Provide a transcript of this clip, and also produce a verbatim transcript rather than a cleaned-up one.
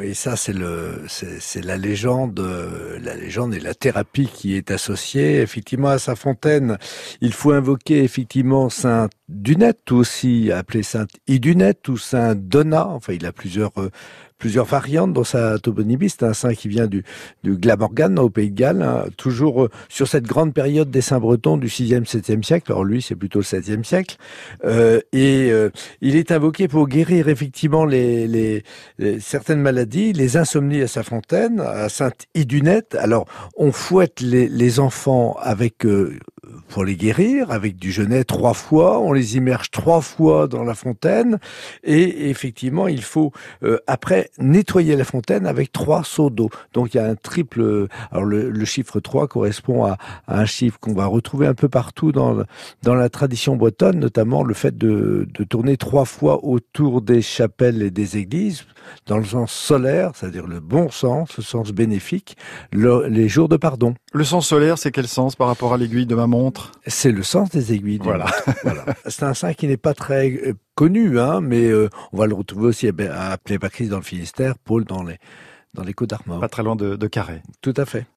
Oui, ça c'est le, c'est, c'est la légende, euh, la légende et la thérapie qui est associée effectivement à sa fontaine. Il faut invoquer effectivement Saint Dunette, aussi appelé Saint Idunette ou Saint Donat. Enfin, il a plusieurs euh, plusieurs variantes dans sa toponymie. C'est un saint qui vient du du Glamorgan au Pays de Galles, hein, toujours euh, sur cette grande période des saints bretons du sixième septième siècle. Alors lui, c'est plutôt le septième siècle. Euh, et euh, il est invoqué pour guérir effectivement les, les, les certaines maladies, les insomnies à sa fontaine, à Sainte Idunette. Alors, on fouette les, les enfants avec euh, pour les guérir, avec du genêt trois fois, on les immerge trois fois dans la fontaine, et effectivement, il faut euh, après nettoyer la fontaine avec trois seaux d'eau. Donc il y a un triple. Alors le, le chiffre trois correspond à, à un chiffre qu'on va retrouver un peu partout dans dans la tradition bretonne, notamment le fait de, de tourner trois fois autour des chapelles et des églises, dans le sens solaire, c'est-à-dire le bon sens, le sens bénéfique, le, les jours de pardon. Le sens solaire, c'est quel sens par rapport à l'aiguille de ma montre? C'est le sens des aiguilles du Voilà. montre. Voilà. C'est un saint qui n'est pas très euh, connu, hein, mais euh, on va le retrouver aussi à, à Plébacris dans le Finistère, Paul dans les dans les Côtes d'Armor. Pas très loin de, de Carhaix. Tout à fait.